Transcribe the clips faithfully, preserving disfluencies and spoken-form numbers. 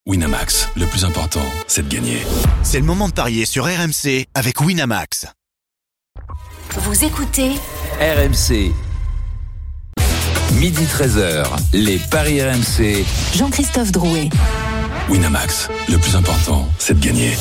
Winamax, le plus important, c'est de gagner. C'est le moment de parier sur R M C avec Winamax. Vous écoutez R M C. Midi treize heures, les paris R M C. Jean-Christophe Drouet. Winamax, le plus important, c'est de gagner.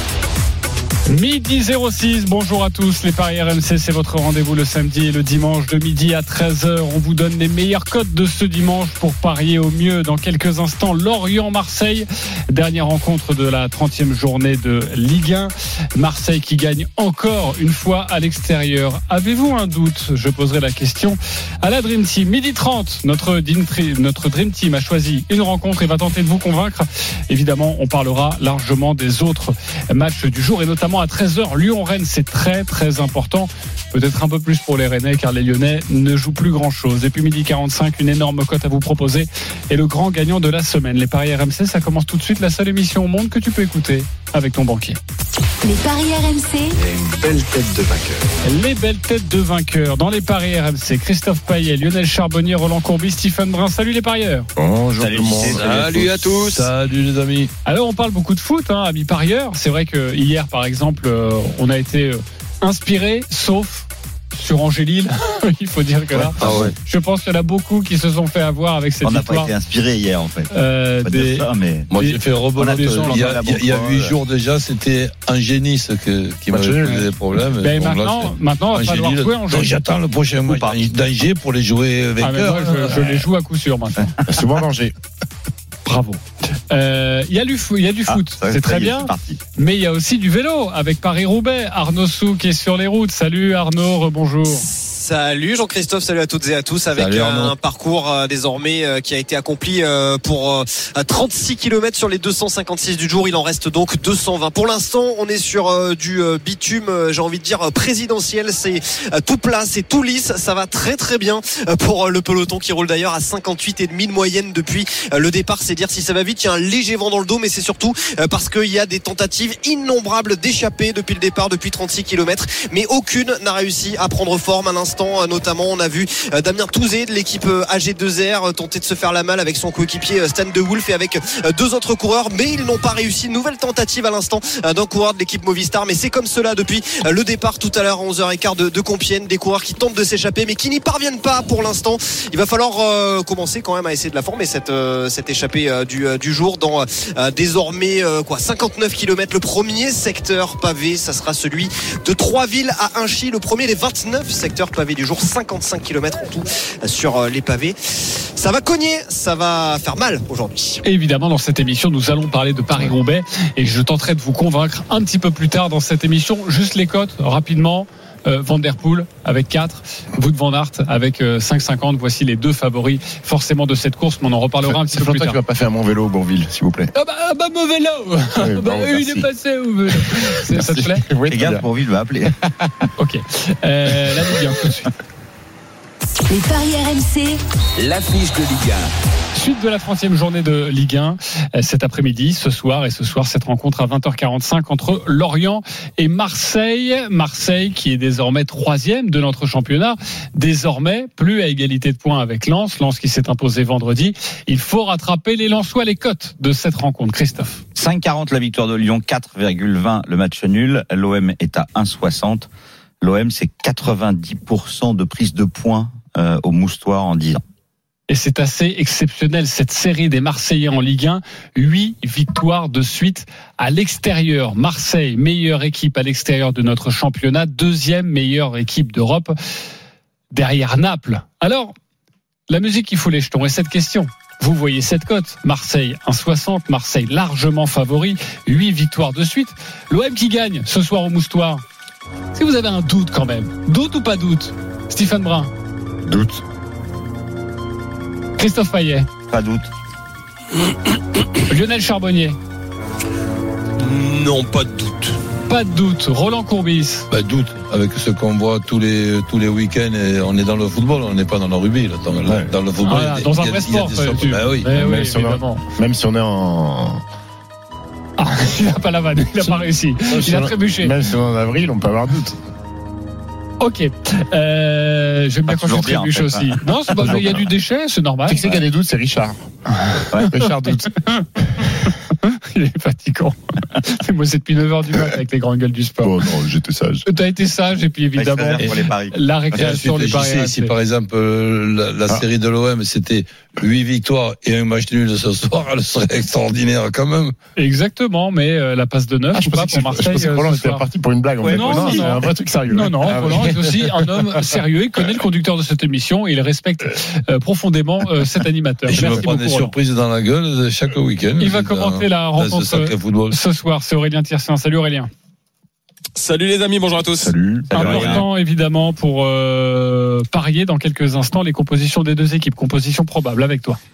Midi zéro six, bonjour à tous, les paris R M C, c'est votre rendez-vous le samedi et le dimanche de midi à treize heures. On vous donne les meilleurs codes de ce dimanche pour parier au mieux. Dans quelques instants, Lorient-Marseille, dernière rencontre de la trentième journée de Ligue un. Marseille qui gagne encore une fois à l'extérieur. Avez-vous un doute? Je poserai la question à la Dream Team. Midi trente, notre notre Dream Team a choisi une rencontre et va tenter de vous convaincre. Évidemment, on parlera largement des autres matchs du jour et notamment à treize heures, Lyon-Rennes, c'est très très important. Peut-être un peu plus pour les Rennais car les Lyonnais ne jouent plus grand-chose. Et puis midi quarante-cinq, une énorme cote à vous proposer et le grand gagnant de la semaine. Les paris R M C, ça commence tout de suite. La seule émission au monde que tu peux écouter avec ton banquier. Les paris R M C. Et une belle tête de vainqueur. Les belles têtes de vainqueurs dans les paris R M C. Christophe Payet, Lionel Charbonnier, Roland Courbis, Stephen Brun. Salut les parieurs. Bonjour Salut tout le monde. Salut à tous. Salut les amis. Alors on parle beaucoup de foot, hein, amis parieurs. C'est vrai que hier par exemple, euh, on a été euh, inspiré, sauf sur Angers-Lille. Il faut dire que là, ah ouais. je pense qu'il y en a beaucoup qui se sont fait avoir avec cette on victoire. On n'a pas été inspiré hier en fait. Euh, des, ça, mais... Moi j'ai fait rebelote. Il y a, il y a huit euh... jours déjà, c'était Angénis que, qui m'avait posé des problèmes. Ben bon, maintenant, là, maintenant, il va falloir jouer Angers. Donc j'attends le prochain match d'Angers pour les jouer vainqueurs. Ah, moi, je, je les joue à coup sûr maintenant. C'est bon d'Angers. Bravo. Il euh, y a du, il y a du ah, foot, c'est très bien. Mais il y a aussi du vélo avec Paris-Roubaix. Arnaud Souk qui est sur les routes. Salut Arnaud, rebonjour. Salut Jean-Christophe, salut à toutes et à tous avec un, un parcours euh, désormais euh, qui a été accompli euh, pour euh, trente-six kilomètres sur les deux cent cinquante-six du jour. Il en reste donc deux cent vingt. Pour l'instant, on est sur euh, du euh, bitume, euh, j'ai envie de dire euh, présidentiel. C'est euh, tout plat, c'est tout lisse. Ça va très très bien euh, pour euh, le peloton qui roule d'ailleurs à cinquante-huit virgule cinq de moyenne depuis euh, le départ. C'est dire si ça va vite. Il y a un léger vent dans le dos, mais c'est surtout euh, parce qu'il y a des tentatives innombrables d'échapper depuis le départ, depuis trente-six kilomètres. Mais aucune n'a réussi à prendre forme un instant. Notamment on a vu Damien Touzé de l'équipe A G deux R tenter de se faire la malle avec son coéquipier Stan De Wolf et avec deux autres coureurs, mais ils n'ont pas réussi. Nouvelle tentative à l'instant d'un coureur de l'équipe Movistar, mais c'est comme cela depuis le départ tout à l'heure à onze heures quinze de, de Compiègne. Des coureurs qui tentent de s'échapper mais qui n'y parviennent pas pour l'instant. Il va falloir euh, commencer quand même à essayer de la former cette, euh, cette échappée euh, du, euh, du jour dans euh, désormais euh, quoi, cinquante-neuf kilomètres. Le premier secteur pavé, ça sera celui de Troisville à Inchy, le premier des vingt-neuf secteurs pavés du jour, cinquante-cinq kilomètres en tout sur les pavés. Ça va cogner, ça va faire mal aujourd'hui. Et évidemment, dans cette émission, nous allons parler de Paris-Roubaix et je tenterai de vous convaincre un petit peu plus tard dans cette émission. Juste les cotes, rapidement. Euh, Van Der Poel avec quatre, Wout van Aert avec euh, cinq cinquante. Voici les deux favoris forcément de cette course, mais on en reparlera un petit peu plus tard. Tu vas pas faire mon vélo au Bourville, s'il vous plaît. Ah bah, ah bah mon vélo oui, bah, bon, il est passé au vélo. Ça te plaît? Oui, les gars, Bourville va appeler. Ok. Euh, la Ligue un tout de suite. Les paris R M C. L'affiche de Ligue un. Suite de la trentième journée de Ligue un cet après-midi, ce soir et ce soir cette rencontre à vingt heures quarante-cinq entre Lorient et Marseille. Marseille qui est désormais troisième de notre championnat, désormais plus à égalité de points avec Lens. Lens qui s'est imposé vendredi. Il faut rattraper les Lensois, les cotes de cette rencontre. Christophe. cinq quarante la victoire de Lyon, quatre virgule vingt le match nul. L'O M est à un virgule soixante. L'O M c'est quatre-vingt-dix pour cent de prise de points euh, au Moustoir en dix ans. Et c'est assez exceptionnel, cette série des Marseillais en Ligue un. Huit victoires de suite à l'extérieur. Marseille, meilleure équipe à l'extérieur de notre championnat. Deuxième meilleure équipe d'Europe, derrière Naples. Alors, la musique qui fout les jetons. Et cette question, vous voyez cette cote. Marseille, un virgule soixante. Marseille largement favori. Huit victoires de suite. L'O M qui gagne ce soir au Moustoir. Est-ce que vous avez un doute quand même? Doute ou pas doute? Stephen Brun? Doute. Christophe Payet? Pas doute. Lionel Charbonnier? Non, pas de doute. Pas de doute. Roland Courbis? Pas de doute. Avec ce qu'on voit tous les, tous les week-ends, et on est dans le football, on n'est pas dans le rugby. Là. Dans, ouais. dans le football, voilà, dans un vrai sport. Bah oui. Même, oui, si on, même si on est en... Ah, il n'a pas la vanne, il n'a pas réussi. Il a trébuché. Même si on est en avril, on peut avoir doute. Ok. Euh, J'aime bien quand tu trébuches en fait, aussi. Hein. Non, c'est pas, il y a du déchet, c'est normal. Tu sais qu'il y a des doutes, c'est Richard. Ouais. Richard doute. Il est fatigant. Moi, c'est depuis neuf heures du matin avec les grandes gueules du sport. Oh non, j'étais sage. T'as été sage, et puis évidemment, pour les paris. la récréation des paris. Si par exemple, la, la ah. série de l'O M, c'était huit victoires et un match nul ce soir, elle serait extraordinaire quand même. Exactement, mais euh, la passe de neuf, ah, je pas pour Marseille. Je pensais que c'était parti pour une blague. Ouais, non, non, c'est non, un vrai truc sérieux. Non, non, ah, Roland est aussi un homme sérieux. Il connaît le conducteur de cette émission et il respecte euh, profondément euh, cet animateur. Et je Merci me prends beaucoup, des Roland. surprises dans la gueule chaque week-end. Il va commenter la rencontre ce soir. C'est Aurélien Tiersin. Salut Aurélien. Salut les amis, bonjour à tous. Salut. Important évidemment pour euh, parier dans quelques instants les compositions des deux équipes. Composition probable avec toi.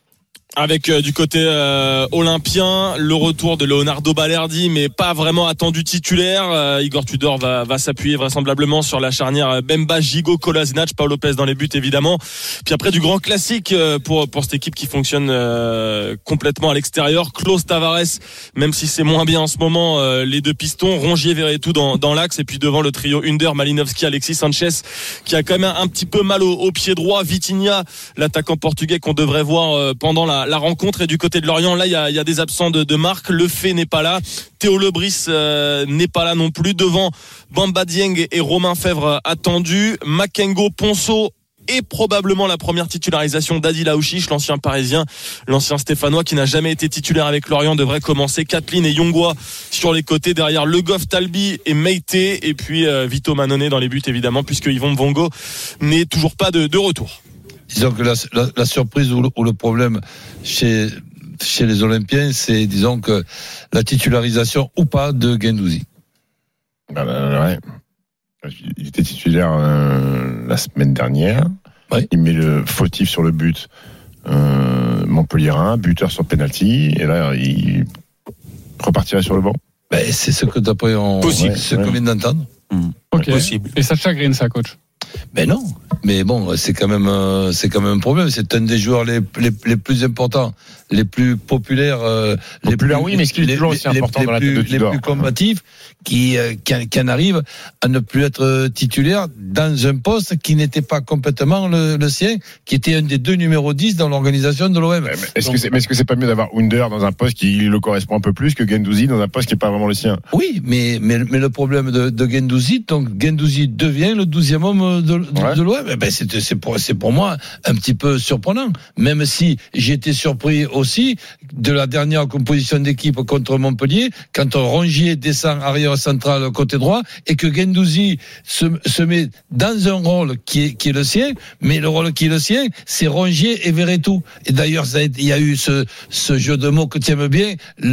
Avec euh, du côté euh, olympien, le retour de Leonardo Balerdi, mais pas vraiment attendu titulaire. Euh, Igor Tudor va, va s'appuyer vraisemblablement sur la charnière Bemba, Gigot, Kolasinac, Paul Lopez dans les buts évidemment. Puis après du grand classique euh, pour pour cette équipe qui fonctionne euh, complètement à l'extérieur. Klaus Tavares, même si c'est moins bien en ce moment, euh, les deux pistons, Rongier, Verretou dans dans l'axe, et puis devant le trio Under, Malinowski, Alexis Sanchez, qui a quand même un, un petit peu mal au, au pied droit. Vitinha, l'attaquant portugais qu'on devrait voir euh, pendant la la rencontre. Et du côté de Lorient, là il y a, il y a des absents de, de marque. Lefebvre n'est pas là, Théo Lebris euh, n'est pas là non plus. Devant, Bamba Dieng et Romain Fèvre attendus, Makengo, Ponceau et probablement la première titularisation d'Adil Aouchiche, l'ancien parisien, l'ancien stéphanois qui n'a jamais été titulaire avec Lorient, devrait commencer. Kathleen et Yongwa sur les côtés, derrière Le Goff, Talbi et Meïté, et puis euh, Vito Mannone dans les buts évidemment, puisque Yvon Mvongo n'est toujours pas de, de retour. Disons que la, la, la surprise ou le, ou le problème chez, chez les Olympiens, c'est, disons que la titularisation ou pas de Guendouzi. Ben, ouais. Il était titulaire euh, la semaine dernière. Ouais. Il met le fautif sur le but euh, Montpellierin, buteur sur penalty, et là il repartirait sur le banc. Ben, c'est ce que d'après on, Possible. Ouais, ce ouais. qu'on vient d'entendre. Mmh. Ok. Possible. Et ça chagrine ça, coach? Ben non, mais bon, c'est quand même, euh, c'est quand même un problème. C'est un des joueurs les, les, les plus importants, les plus populaires, euh, les populaires, plus, oui, mais ce qui est toujours aussi important les, dans la plus, tête de Tudor, les plus combatifs, qui, euh, qui, qui en arrivent à ne plus être titulaire dans un poste qui n'était pas complètement le, le sien, qui était un des deux numéros dix dans l'organisation de l'O M. Ouais, est-ce Donc, que c'est, mais est-ce que c'est pas mieux d'avoir Under dans un poste qui le correspond un peu plus que Guendouzi dans un poste qui n'est pas vraiment le sien? Oui, mais, mais, mais le problème de, de Guendouzi, donc Guendouzi devient le douzième homme de, de, ouais. de l'O M. Ben c'est, c'est, pour, c'est pour moi un petit peu surprenant, même si j'ai été surpris aussi de la dernière composition d'équipe contre Montpellier, quand Rongier descend arrière central côté droit et que Guendouzi se, se met dans un rôle qui est, qui est le sien, mais le rôle qui est le sien, c'est Rongier et Verretou. Et d'ailleurs, ça a été, il y a eu ce, ce jeu de mots que tu aimes bien,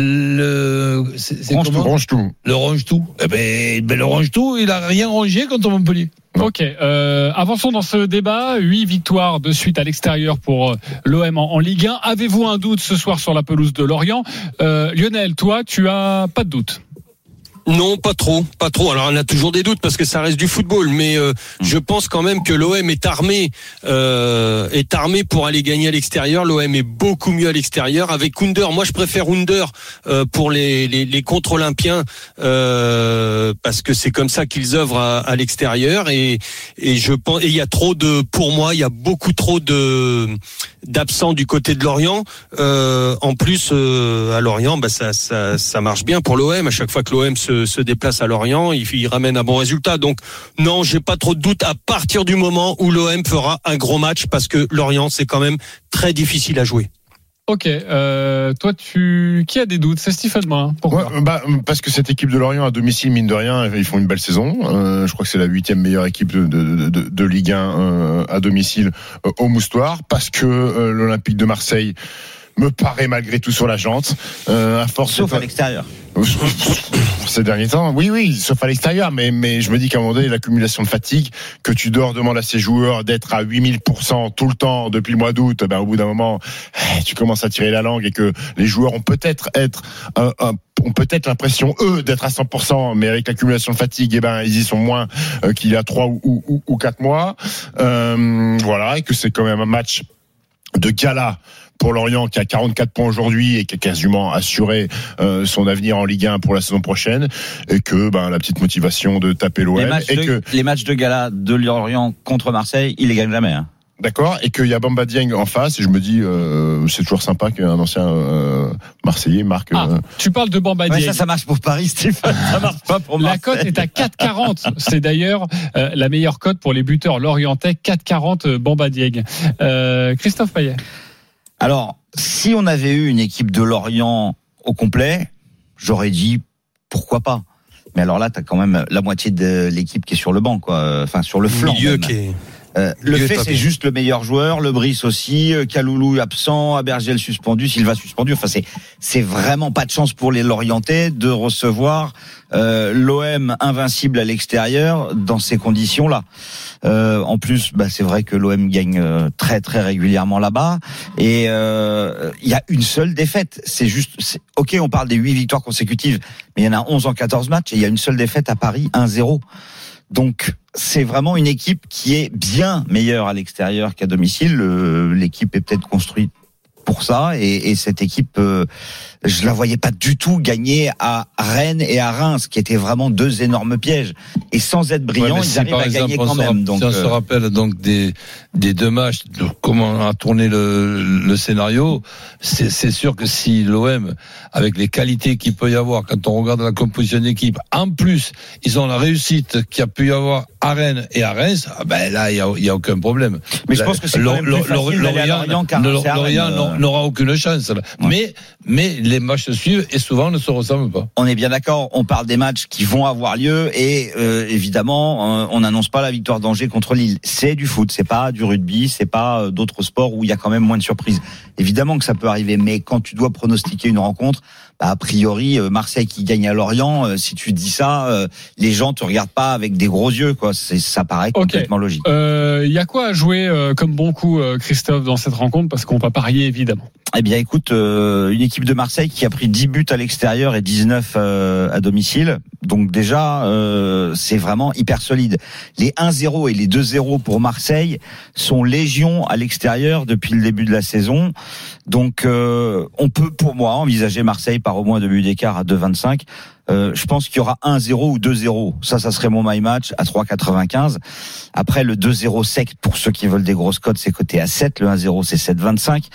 le c'est, c'est ronge, tout, ronge tout. Le ronge tout. Eh ben, ben le ronge tout, il a rien rongé contre Montpellier. Ok, euh, avançons dans ce débat. Huit victoires de suite à l'extérieur pour euh, l'O M en, en Ligue un. Avez-vous un doute ce soir sur la pelouse de Lorient? euh, Lionel, toi, tu as pas de doute? Non, pas trop, pas trop. Alors on a toujours des doutes parce que ça reste du football, mais euh, je pense quand même que l'O M est armé, euh, est armé pour aller gagner à l'extérieur. L'O M est beaucoup mieux à l'extérieur avec Under. Moi, je préfère Under euh, pour les, les, les contre-olympiens euh, parce que c'est comme ça qu'ils œuvrent à, à l'extérieur et et je pense et il y a trop de, pour moi, il y a beaucoup trop de d'absents du côté de Lorient. Euh, en plus, euh, à Lorient, bah ça, ça ça marche bien pour l'O M. À chaque fois que l'O M se se déplace à Lorient, il, il ramène un bon résultat. Donc non, j'ai pas trop de doute à partir du moment où l'O M fera un gros match parce que Lorient c'est quand même très difficile à jouer. Ok, euh, toi tu qui a des doutes? C'est Stephen Brun. Pourquoi? Ouais, bah, parce que cette équipe de Lorient à domicile, mine de rien, ils font une belle saison. Euh, je crois que c'est la huitième meilleure équipe de, de, de, de Ligue un euh, à domicile euh, au Moustoir, parce que euh, l'Olympique de Marseille me paraît malgré tout sur la jante. Euh, à force Sauf de... à l'extérieur. Ces derniers temps, oui, oui, sauf à l'extérieur, mais, mais je me dis qu'à un moment donné, l'accumulation de fatigue, que Tudor demande à ses joueurs d'être à huit mille pour cent tout le temps depuis le mois d'août, ben, au bout d'un moment, tu commences à tirer la langue et que les joueurs ont peut-être être, euh, euh, ont peut-être l'impression, eux, d'être à cent pour cent, mais avec l'accumulation de fatigue, eh ben, ils y sont moins euh, qu'il y a trois ou, ou, ou quatre mois. Euh, voilà, et que c'est quand même un match de gala pour Lorient qui a quarante-quatre points aujourd'hui et qui a quasiment assuré euh, son avenir en Ligue un pour la saison prochaine, et que ben, la petite motivation de taper l'O M. Les matchs, et de, que... les matchs de gala de Lorient contre Marseille, ils les gagnent jamais. Hein. D'accord, et qu'il y a Bamba Dieng en face, et je me dis, euh, c'est toujours sympa qu'un ancien euh, Marseillais marque. Ah, euh... Tu parles de Bamba Dieng. Ouais, ça, ça marche pour Paris, Stéphane. Ça marche pas pour Marseille. La cote est à quatre quarante. C'est d'ailleurs euh, la meilleure cote pour les buteurs lorientais. quatre quarante Bamba Dieng. Euh, Christophe Payet. Alors, si on avait eu une équipe de Lorient au complet, j'aurais dit pourquoi pas. Mais alors là, t'as quand même la moitié de l'équipe qui est sur le banc, quoi. Enfin, sur le flanc. Milieu même. qui est... Euh, le fait, c'est juste le meilleur joueur, le Brice aussi, Kaloulou absent, Abergel suspendu, Silva suspendu. Enfin, c'est c'est vraiment pas de chance pour les Lorientais de recevoir euh, l'O M invincible à l'extérieur dans ces conditions-là. Euh, en plus, bah, c'est vrai que l'O M gagne euh, très très régulièrement là-bas, et il euh, y a une seule défaite. C'est juste, c'est, ok, on parle des huit victoires consécutives, mais il y en a onze en quatorze matchs, et il y a une seule défaite à Paris, un zéro. Donc, c'est vraiment une équipe qui est bien meilleure à l'extérieur qu'à domicile. Euh, l'équipe est peut-être construite pour ça, et, et cette équipe, euh, je la voyais pas du tout gagner à Rennes et à Reims, qui étaient vraiment deux énormes pièges. Et sans être brillants, ouais, ils si arrivent à exemple, gagner quand même. Rappelle, donc, si on euh... se rappelle donc des des deux matchs, de comment a tourné le, le scénario, c'est, c'est sûr que si l'O M, avec les qualités qu'il peut y avoir quand on regarde la composition d'équipe, en plus ils ont la réussite qu'il y a pu y avoir à Rennes et à Reims, ah ben là il y a, il y a aucun problème. Mais je pense que c'est quand même plus facile d'aller à Lorient qu'à Reims. Lorient n'aura aucune chance. Là. Ouais. Mais mais les matchs suivent et souvent ne se ressemblent pas. On est bien d'accord, on parle des matchs qui vont avoir lieu, et euh, évidemment euh, on n'annonce pas la victoire d'Angers contre Lille. C'est du foot, c'est pas du rugby, c'est pas euh, d'autres sports où il y a quand même moins de surprises. Évidemment que ça peut arriver, mais quand tu dois pronostiquer une rencontre, bah, a priori euh, Marseille qui gagne à Lorient, euh, si tu dis ça, euh, les gens te regardent pas avec des gros yeux, quoi. C'est, ça paraît okay. complètement logique. Il euh, y a quoi à jouer euh, comme bon coup, euh, Christophe, dans cette rencontre, parce qu'on va parier évidemment. Eh bien, écoute, euh, une équipe de Marseille qui a pris dix buts à l'extérieur et dix-neuf euh, à domicile. Donc déjà, euh, c'est vraiment hyper solide. Les un zéro et les deux zéro pour Marseille sont légion à l'extérieur depuis le début de la saison. Donc, euh, on peut, pour moi, envisager Marseille par au moins deux buts d'écart à deux vingt-cinq. Euh, je pense qu'il y aura un zéro ou deux zéro. Ça, ça serait mon my match à trois quatre-vingt-quinze. Après, le deux zéro sec, pour ceux qui veulent des grosses cotes, c'est coté à sept. Le un zéro, c'est sept vingt-cinq.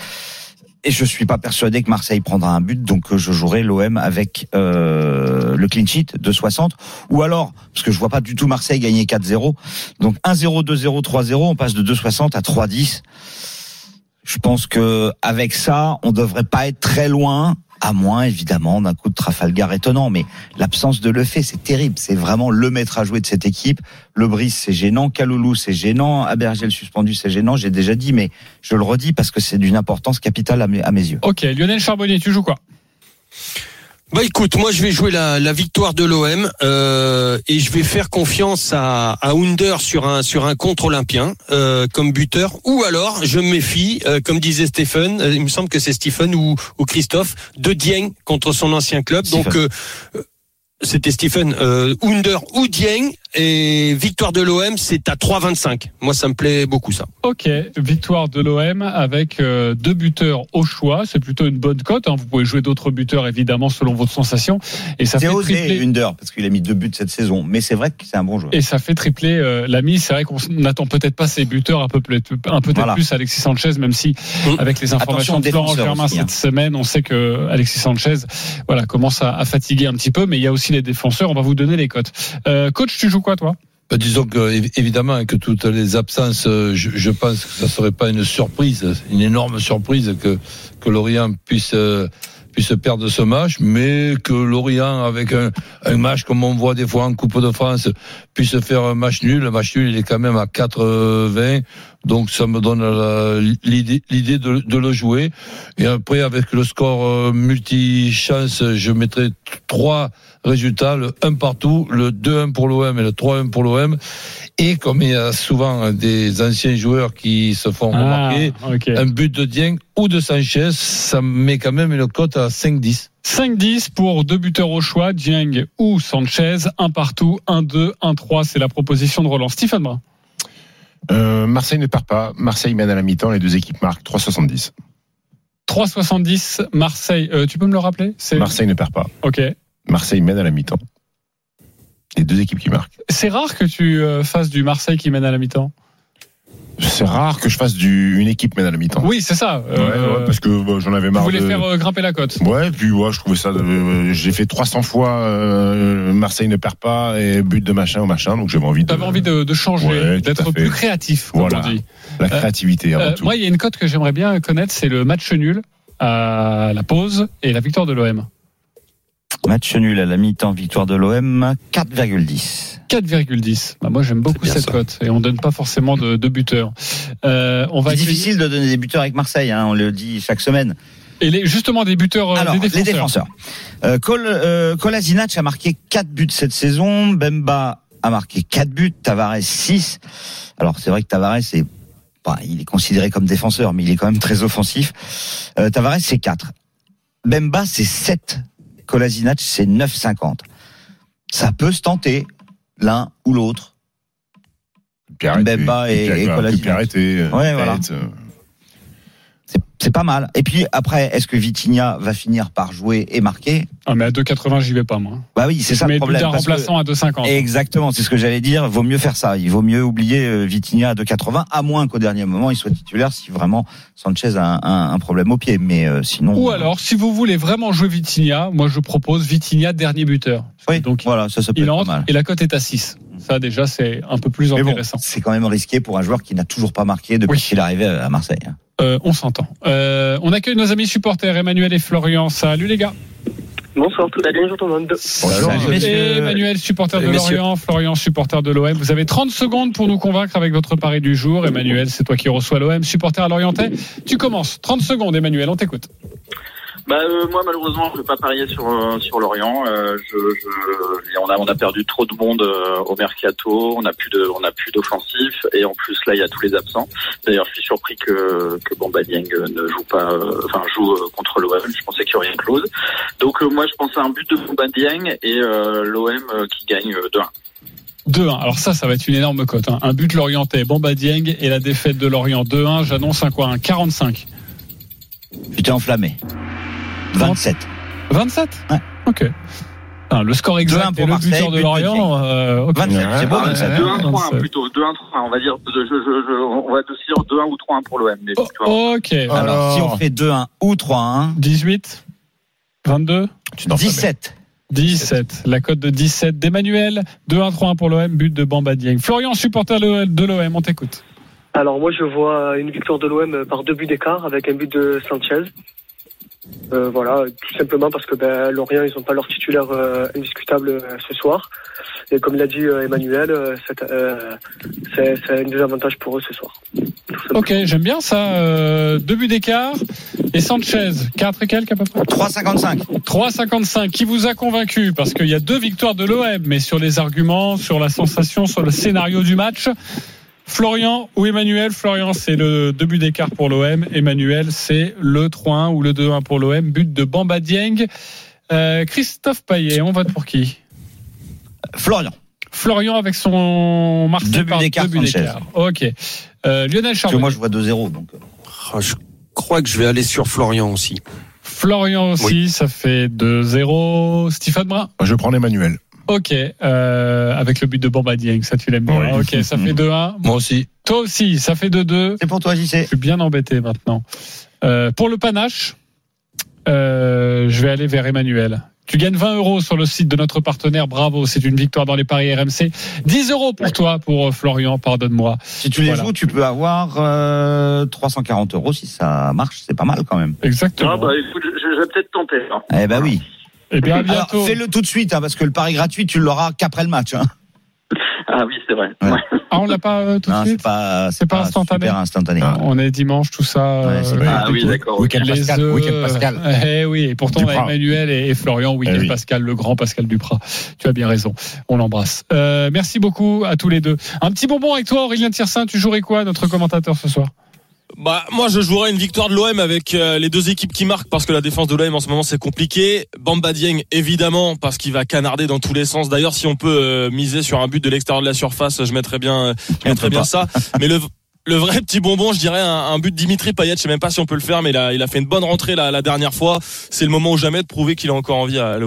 Et je suis pas persuadé que Marseille prendra un but, donc je jouerai l'O M avec euh, le clean sheet de soixante, ou alors, parce que je vois pas du tout Marseille gagner quatre zéro, donc un zéro, deux zéro, trois zéro, on passe de deux soixante à trois dix. Je pense que avec ça, on devrait pas être très loin, à moins évidemment d'un coup de Trafalgar étonnant, mais l'absence de Lefebvre, c'est terrible. C'est vraiment le maître à jouer de cette équipe. Le Brice, c'est gênant. Kaloulou, c'est gênant. Abergel suspendu, c'est gênant. J'ai déjà dit, mais je le redis parce que c'est d'une importance capitale à mes, à mes yeux. Ok, Lionel Charbonnier, tu joues quoi ? Bah écoute, moi je vais jouer la, la victoire de l'O M euh, et je vais faire confiance à, à Under sur un sur un contre olympien euh, comme buteur, ou alors je me méfie, euh, comme disait Stephen, euh, il me semble que c'est Stephen ou, ou Christophe, de Dieng contre son ancien club. Stephen. Donc euh, c'était Stephen, euh, Under ou Dieng, et victoire de l'O M, c'est à trois vingt-cinq. Moi, ça me plaît beaucoup, ça. Ok, victoire de l'O M avec euh, deux buteurs au choix. C'est plutôt une bonne cote. Hein. Vous pouvez jouer d'autres buteurs, évidemment, selon votre sensation. Et ça c'est fait osé, tripler Under, parce qu'il a mis deux buts cette saison. Mais c'est vrai que c'est un bon joueur. Et ça fait tripler euh, la mise. C'est vrai qu'on n'attend peut-être pas ces buteurs un peu un peut-être voilà. plus Alexis Sanchez, même si mmh. avec les informations de Florent Germain cette hein. semaine, on sait que Alexis Sanchez, voilà, commence à, à fatiguer un petit peu. Mais il y a aussi les défenseurs. On va vous donner les cotes. Euh, coach, tu joues quoi, toi ? Bah, disons que évidemment que toutes les absences, je, je pense que ça serait pas une surprise, une énorme surprise que que Lorient puisse puisse perdre ce match, mais que Lorient avec un, un match comme on voit des fois en Coupe de France puisse faire un match nul. Le match nul, il est quand même à quatre vingt. Donc ça me donne la, l'idée, l'idée de, de le jouer. Et après, avec le score euh, multi-chance, je mettrai trois résultats, le un partout, le deux un pour l'O M et le trois un pour l'O M. Et comme il y a souvent des anciens joueurs qui se font ah, remarquer, okay. un but de Dieng ou de Sanchez, ça met quand même une cote à cinq dix. cinq dix pour deux buteurs au choix, Dieng ou Sanchez, un partout, un deux, un trois, c'est la proposition de Roland. Stéphane Brun. Euh, Marseille ne perd pas. Marseille mène à la mi-temps. Les deux équipes marquent trois soixante-dix. trois soixante-dix, Marseille. Euh, tu peux me le rappeler ? C'est... Marseille ne perd pas. Ok. Marseille mène à la mi-temps. Les deux équipes qui marquent. C'est rare que tu euh, fasses du Marseille qui mène à la mi-temps. C'est rare que je fasse du, une équipe mène à la mi-temps. Oui, c'est ça. Euh, ouais, ouais, parce que bon, j'en avais marre. Vous voulez de... faire euh, grimper la cote. Ouais, puis ouais, je trouvais ça. Euh, j'ai fait trois cents fois euh, Marseille ne perd pas et but de machin ou machin, donc j'avais envie de. T'avais envie de, de changer, ouais, d'être plus créatif, comme voilà. on dit. La créativité avant euh, tout. Moi, il y a une cote que j'aimerais bien connaître, c'est le match nul à la pause et la victoire de l'O M. Match nul à la mi-temps, victoire de l'O M, quatre virgule dix. quatre virgule dix. Bah, moi, j'aime beaucoup cette cote et on donne pas forcément de, de buteurs. Euh, on va c'est accueillir... difficile de donner des buteurs avec Marseille, hein, on le dit chaque semaine. Et les, justement, des buteurs, Alors, des défenseurs. les défenseurs. Euh, Col, euh, Kolasinac a marqué quatre buts cette saison. Bemba a marqué quatre buts. Tavares six. Alors, c'est vrai que Tavares est, bah, il est considéré comme défenseur, mais il est quand même très offensif. Euh, Tavares, c'est quatre. Bemba, c'est sept. Kolasinac, c'est neuf virgule cinquante. Ça peut se tenter, l'un ou l'autre. Bemba et, et Kolasinac. Ouais, voilà. C'est, c'est pas mal. Et puis après, est-ce que Vitinha va finir par jouer et marquer? Ah, mais à deux quatre-vingts, j'y vais pas, moi. Bah oui, c'est je ça mets le problème. Un remplaçant que... à deux cinquante. Exactement, c'est ce que j'allais dire. Vaut mieux faire ça. Il vaut mieux oublier Vitinha à deux quatre-vingts, à moins qu'au dernier moment, il soit titulaire si vraiment Sanchez a un, un, un problème au pied. Mais euh, sinon. Ou alors, si vous voulez vraiment jouer Vitinha, moi je propose Vitinha dernier buteur. Oui, donc voilà, ça, ça peut il être entre pas mal. Et la cote est à six. Ça, déjà, c'est un peu plus mais intéressant. Bon, c'est quand même risqué pour un joueur qui n'a toujours pas marqué depuis oui. qu'il est arrivé à Marseille. Euh, on s'entend. Euh, on accueille nos amis supporters, Emmanuel et Florian. Salut les gars. Bonsoir, tout va bien, bonjour tout le monde. Bonjour. Et Emmanuel, supporter de Lorient, Florian, supporter de l'O M. Vous avez trente secondes pour nous convaincre avec votre pari du jour. Emmanuel, c'est toi qui reçois l'O M, supporter à Lorientais. Tu commences. trente secondes, Emmanuel, on t'écoute. Bah euh, moi malheureusement je ne vais pas parier sur euh, sur Lorient. Euh, je, je, on a on a perdu trop de monde euh, au mercato. On a plus de on a plus d'offensif et en plus là il y a tous les absents. D'ailleurs je suis surpris que que Bamba Dieng ne joue pas, euh, enfin joue euh, contre l'O M. Je pensais qu'il y aurait une clause. Donc euh, moi je pense à un but de Bamba Dieng et euh, l'O M euh, qui gagne euh, deux un. deux un. Alors ça, ça va être une énorme cote. Hein. Un but Lorientais, Bamba Dieng et la défaite de Lorient deux un. J'annonce un quoi, un quarante-cinq. Tu t'es enflammé. vingt-sept. vingt-sept Ouais. Ok. Ah, le score exact et le Marseille, buteur de Lorient. Euh, okay. vingt-sept, c'est bon. Euh, deux un trois un plutôt. deux un trois un, on va dire. Je, je, je, on va dire deux un ou trois un pour l'O M. Mais, oh, ok. Alors, Alors, si on fait deux un ou trois un. dix-huit. vingt-deux. dix-sept. dix-sept. La cote de dix-sept d'Emmanuel. deux un trois un pour l'O M, but de Bamba Dieng. Florian, supporter de l'O M, on t'écoute. Alors moi je vois une victoire de l'O M par deux buts d'écart avec un but de Sanchez. Euh, voilà, tout simplement parce que ben, Lorient ils n'ont pas leur titulaire euh, indiscutable euh, ce soir. Et comme l'a dit euh, Emmanuel, euh, c'est, euh, c'est, c'est un désavantage pour eux ce soir. Ok, j'aime bien ça. Euh, deux buts d'écart. Et Sanchez, quatre et quelques à peu près. trois cinquante-cinq. trois cinquante-cinq. Qui vous a convaincu? Parce qu'il y a deux victoires de l'O M, mais sur les arguments, sur la sensation, sur le scénario du match. Florian ou Emmanuel? Florian, c'est le deux buts d'écart pour l'O M. Emmanuel, c'est le trois un ou le deux un pour l'O M. But de Bamba Dieng. Euh, Christophe Payet, on vote pour qui? Florian. Florian avec son Marseille deux buts d'écart. Deux buts d'écart. Ok. Euh, Lionel Charbonnier. Moi, je vois deux zéro. Donc. Oh, je crois que je vais aller sur Florian aussi. Florian aussi, oui. Ça fait deux zéro. Stéphane Brun. Je prends Emmanuel. Ok, euh, avec le but de Bamba Dieng, ça tu l'aimes bien. Oui. Ok, ça fait deux un. Moi aussi. Toi aussi, ça fait deux deux. C'est pour toi, J C. Je suis bien embêté maintenant. Euh, pour le panache, euh, je vais aller vers Emmanuel. Tu gagnes vingt euros sur le site de notre partenaire. Bravo, c'est une victoire dans les paris R M C. dix euros pour toi, pour Florian, pardonne-moi. Si tu les voilà. joues, tu peux avoir euh, trois cent quarante euros si ça marche. C'est pas mal quand même. Exactement. Ah bah écoute, je, je vais peut-être tenter. Hein. Eh ben oui. Eh bien, à bientôt. Alors, fais-le tout de suite, hein, parce que le pari gratuit, tu l'auras qu'après le match. Hein. Ah oui, c'est vrai. Ouais. Ah, on l'a pas euh, tout de non, suite. C'est pas, c'est c'est pas, pas instantané. Super instantané. Ah, on est dimanche, tout ça. Ouais, c'est euh, ah oui, d'accord. Week-end Pascal. Œufs, Week-end Pascal. Eh oui, et pourtant on a Emmanuel et, et Florian. Week-end eh oui. Pascal, le grand Pascal Duprat. Tu as bien raison. On l'embrasse. Euh, merci beaucoup à tous les deux. Un petit bonbon avec toi, Aurélien Tiersin. Tu jouerais quoi, notre commentateur ce soir? Bah moi je jouerais une victoire de l'O M avec euh, les deux équipes qui marquent parce que la défense de l'O M en ce moment c'est compliqué. Bamba Dieng évidemment parce qu'il va canarder dans tous les sens. D'ailleurs si on peut euh, miser sur un but de l'extérieur de la surface, je mettrais bien, je mettrais bien ça. Mais le le vrai petit bonbon, je dirais un, un but de Dimitri Payet. Je sais même pas si on peut le faire, mais il a, il a fait une bonne rentrée la, la dernière fois. C'est le moment ou jamais de prouver qu'il a encore envie à l'O M.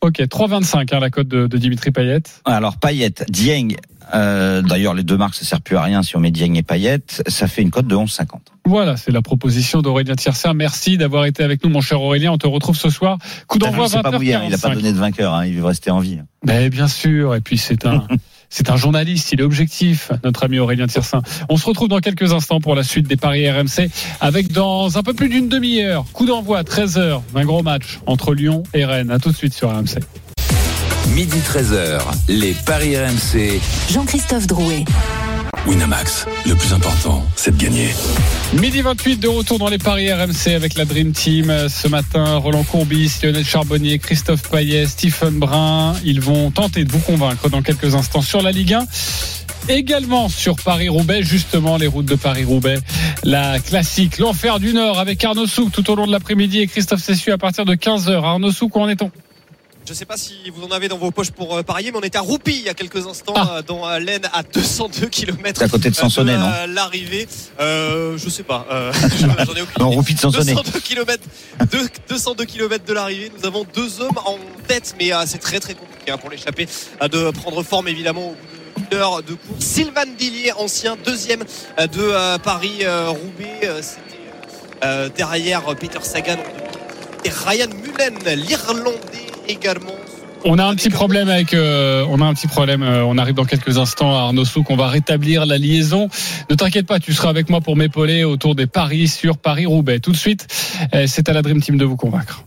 Ok, trois vingt-cinq hein, la cote de, de Dimitri Payet. Alors Payet, Dieng, euh, d'ailleurs les deux marques ça sert plus à rien si on met Dieng et Payet, ça fait une cote de onze cinquante. Voilà, c'est la proposition d'Aurélien Tiersin. Merci d'avoir été avec nous, mon cher Aurélien. On te retrouve ce soir. Coup d'envoi vingt heures quarante-cinq. Pas bouillir, il a pas donné de vainqueur, hein, il veut rester en vie. Mais bien sûr, et puis c'est un... C'est un journaliste, il est objectif, notre ami Aurélien Tiersin. On se retrouve dans quelques instants pour la suite des paris R M C, avec dans un peu plus d'une demi-heure, coup d'envoi à treize heures, d'un gros match entre Lyon et Rennes. À tout de suite sur R M C. Midi treize heures, les paris R M C. Jean-Christophe Drouet. Winamax, le plus important, c'est de gagner. Midi vingt-huit, de retour dans les paris R M C avec la Dream Team. Ce matin, Roland Courbis, Lionel Charbonnier, Christophe Payet, Stephen Brun. Ils vont tenter de vous convaincre dans quelques instants sur la Ligue un. Également sur Paris-Roubaix, justement les routes de Paris-Roubaix. La classique, l'enfer du Nord avec Arnaud Souk tout au long de l'après-midi et Christophe Cessieux à partir de quinze heures. Arnaud Souk, où en est-on ? Je ne sais pas si vous en avez dans vos poches pour euh, parier, mais on était à Roupy il y a quelques instants, ah. euh, dans euh, l'Aisne, à deux cent deux kilomètres. C'est à côté de Sansonnet, euh, non euh, L'arrivée, euh, je sais pas. Euh, j'en ai aucune non, idée. Roupy de Sansonnet. deux cent deux kilomètres, deux cent deux kilomètres de l'arrivée. Nous avons deux hommes en tête, mais euh, c'est très très compliqué hein, pour l'échapper, euh, de prendre forme évidemment au bout d'une heure de course. Sylvain Dillier, ancien deuxième euh, de euh, Paris-Roubaix, euh, c'était euh, derrière Peter Sagan et Ryan Mullen, l'Irlandais également. On a un petit problème avec, euh, on a un petit problème. Euh, on arrive dans quelques instants à Arnaud Souk. On va rétablir la liaison. Ne t'inquiète pas, tu seras avec moi pour m'épauler autour des paris sur Paris-Roubaix. Tout de suite, euh, c'est à la Dream Team de vous convaincre.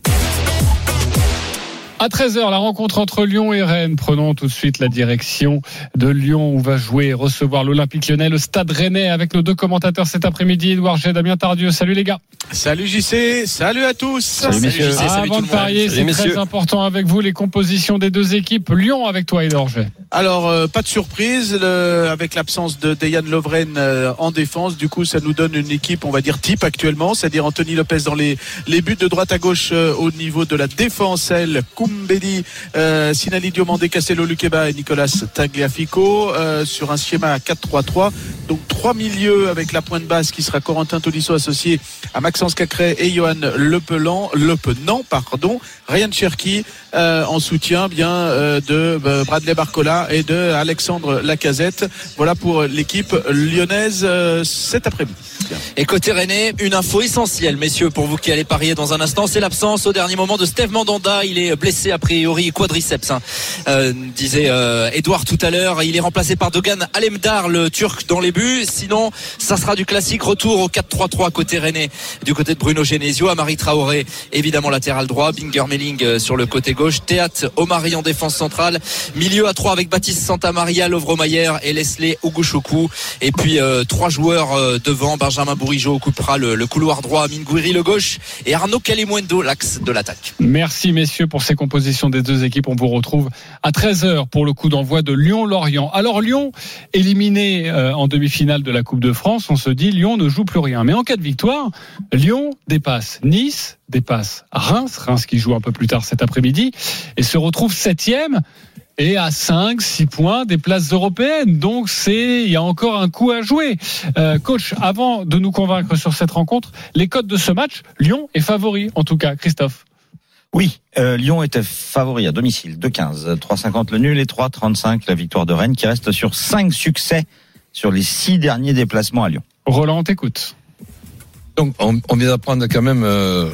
À treize heures, la rencontre entre Lyon et Rennes. Prenons tout de suite la direction de Lyon où va jouer et recevoir l'Olympique Lyonnais, le Stade Rennais, avec nos deux commentateurs cet après-midi, Édouard G, Damien Tardieu. Salut les gars. Salut J C, salut à tous. Salut messieurs. Salut, salut Avant de parier, c'est messieurs. Très important avec vous les compositions des deux équipes. Lyon avec toi, Édouard G. Alors, euh, pas de surprise, le, avec l'absence de Dejan Lovren euh, en défense. Du coup, ça nous donne une équipe, on va dire, type actuellement, c'est-à-dire Anthony Lopez dans les, les buts, de droite à gauche euh, au niveau de la défense, elle, Koumbedi, euh, Sinali Diomandé, Castello Luqueba et Nicolas Tagliafico, euh, sur un schéma à quatre trois trois. Donc, trois milieux avec la pointe basse qui sera Corentin Tolisso associé à Maxence Cacré et Johan Lepelan, Lepenant, pardon, Ryan Cherki euh, en soutien bien euh, de euh, Bradley Barcola et de Alexandre Lacazette. Voilà pour l'équipe lyonnaise euh, cet après-midi. Et côté Rennais, une info essentielle, messieurs, pour vous qui allez parier dans un instant, c'est l'absence au dernier moment de Steve Mandanda. Il est blessé a priori quadriceps, hein. euh, disait euh, Edouard tout à l'heure. Il est remplacé par Dogan Alemdar, le Turc, dans les buts. Sinon, ça sera du classique retour au quatre trois trois côté Rennais, du côté de Bruno Genesio. Amari Traoré, évidemment latéral droit, Binger Melling sur le côté gauche, Théat Omari en défense centrale, milieu à trois avec Baptiste Santamaria, Lovro Mayer et Leslie Ougouchoukou. Et puis euh, trois joueurs euh, devant, Benjamin Bourigeaud occupera le, le couloir droit, Amine Gouiri le gauche et Arnaud Kalimuendo l'axe de l'attaque. Merci messieurs pour ces compositions des deux équipes. On vous retrouve à treize heures pour le coup d'envoi de Lyon-Lorient. Alors Lyon, éliminé euh, en demi-finale de la Coupe de France, on se dit Lyon ne joue plus rien. Mais en cas de victoire, Lyon dépasse Nice, dépasse Reims, Reims qui joue un peu plus tard cet après-midi, et se retrouve septième et à cinq six points des places européennes. Donc c'est, il y a encore un coup à jouer. Euh, coach, avant de nous convaincre sur cette rencontre, les cotes de ce match, Lyon est favori en tout cas. Christophe. Oui, euh, Lyon était favori à domicile, deux quinze, trois cinquante le nul et trois trente-cinq la victoire de Rennes qui reste sur cinq succès sur les six derniers déplacements à Lyon. Roland, on t'écoute. Donc on, on vient d'apprendre quand même euh,